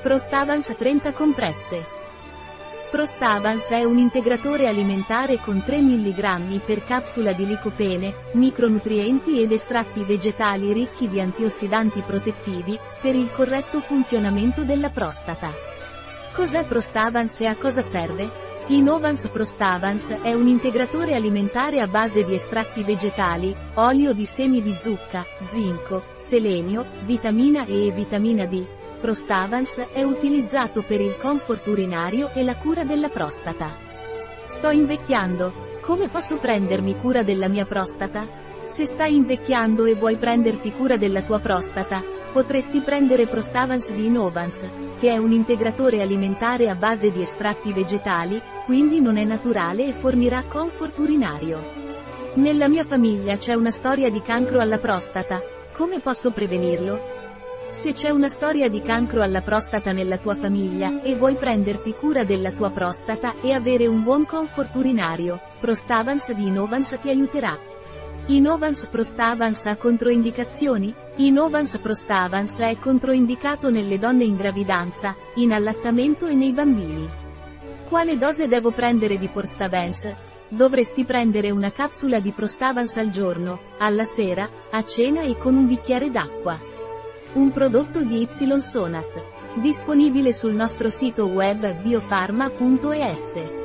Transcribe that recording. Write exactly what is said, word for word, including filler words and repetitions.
Prostavans trenta compresse. Prostavans è un integratore alimentare con tre milligrammi per capsula di licopene, micronutrienti ed estratti vegetali ricchi di antiossidanti protettivi, per il corretto funzionamento della prostata. Cos'è Prostavans e a cosa serve? Innovans Prostavans è un integratore alimentare a base di estratti vegetali, olio di semi di zucca, zinco, selenio, vitamina E e vitamina D. Prostavans è utilizzato per il comfort urinario e la cura della prostata. Sto invecchiando. Come posso prendermi cura della mia prostata? Se stai invecchiando e vuoi prenderti cura della tua prostata, potresti prendere Prostavans di Innovans, che è un integratore alimentare a base di estratti vegetali, quindi non è naturale e fornirà comfort urinario. Nella mia famiglia c'è una storia di cancro alla prostata. Come posso prevenirlo? Se c'è una storia di cancro alla prostata nella tua famiglia, e vuoi prenderti cura della tua prostata e avere un buon comfort urinario, Prostavans di Innovans ti aiuterà. Innovans Prostavans ha controindicazioni? Innovans Prostavans è controindicato nelle donne in gravidanza, in allattamento e nei bambini. Quale dose devo prendere di Prostavans? Dovresti prendere una capsula di Prostavans al giorno, alla sera, a cena e con un bicchiere d'acqua. Un prodotto di Ysonat. Disponibile sul nostro sito web biofarma punto es.